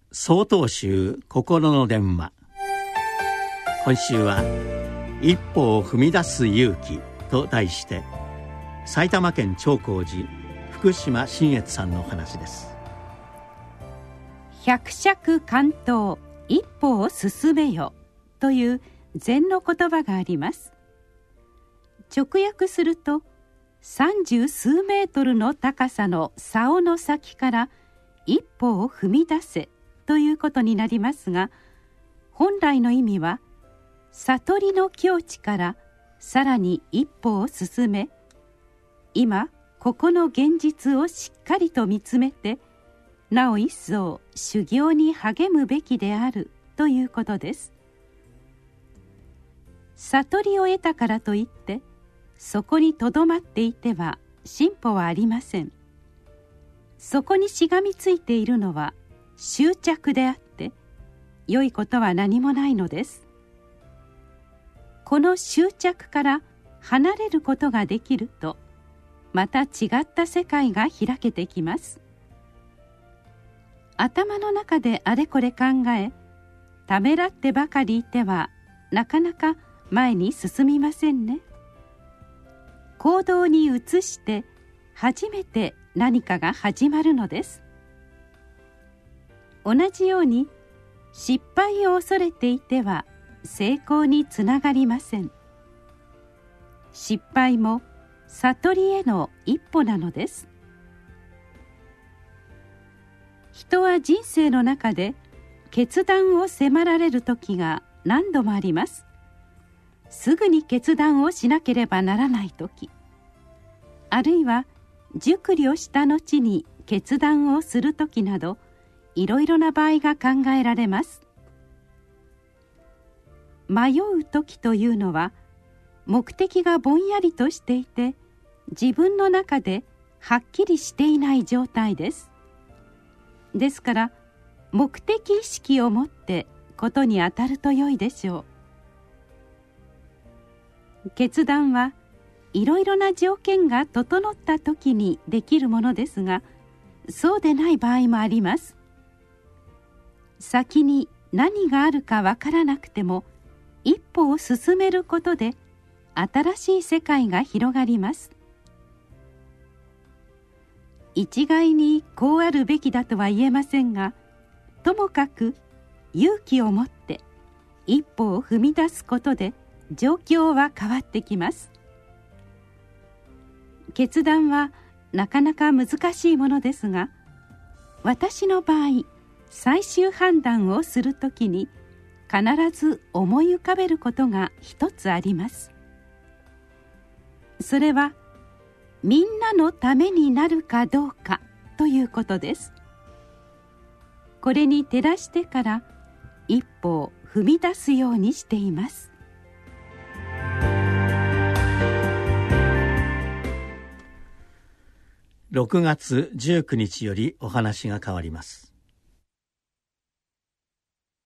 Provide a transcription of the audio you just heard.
曹洞宗心の電話。今週は一歩を踏み出す勇気と題して、埼玉県長光寺福島信越さんのお話です。 百尺竿燈一歩を進めよという禅の言葉があります。直訳すると、30数メートルの高さの竿の先から一歩を踏み出せということになりますが、本来の意味は悟りの境地からさらに一歩を進め、今ここの現実をしっかりと見つめて、なお一層修行に励むべきであるということです。悟りを得たからといってそこにとどまっていては進歩はありません。そこにしがみついているのは執着であって、良いことは何もないのです。この執着から離れることができると、また違った世界が開けてきます。頭の中であれこれ考え、ためらってばかりいてはなかなか前に進みませんね。行動に移して初めて何かが始まるのです。同じように失敗を恐れていては成功につながりません。失敗も悟りへの一歩なのです。人は人生の中で決断を迫られる時が何度もあります。すぐに決断をしなければならない時、あるいは熟慮した後に決断をする時など、いろいろな場合が考えられます。迷う時というのは、目的がぼんやりとしていて、自分の中ではっきりしていない状態です。ですから、目的意識を持ってことに当たると良いでしょう。決断はいろいろな条件が整った時にできるものですが、そうでない場合もあります。先に何があるかわからなくても、一歩を進めることで新しい世界が広がります。一概にこうあるべきだとは言えませんが、ともかく勇気を持って一歩を踏み出すことで状況は変わってきます。決断はなかなか難しいものですが、私の場合、最終判断をするときに必ず思い浮かべることが一つあります。それは、みんなのためになるかどうかということです。これに照らしてから一歩を踏み出すようにしています。 6月19日よりお話が変わります。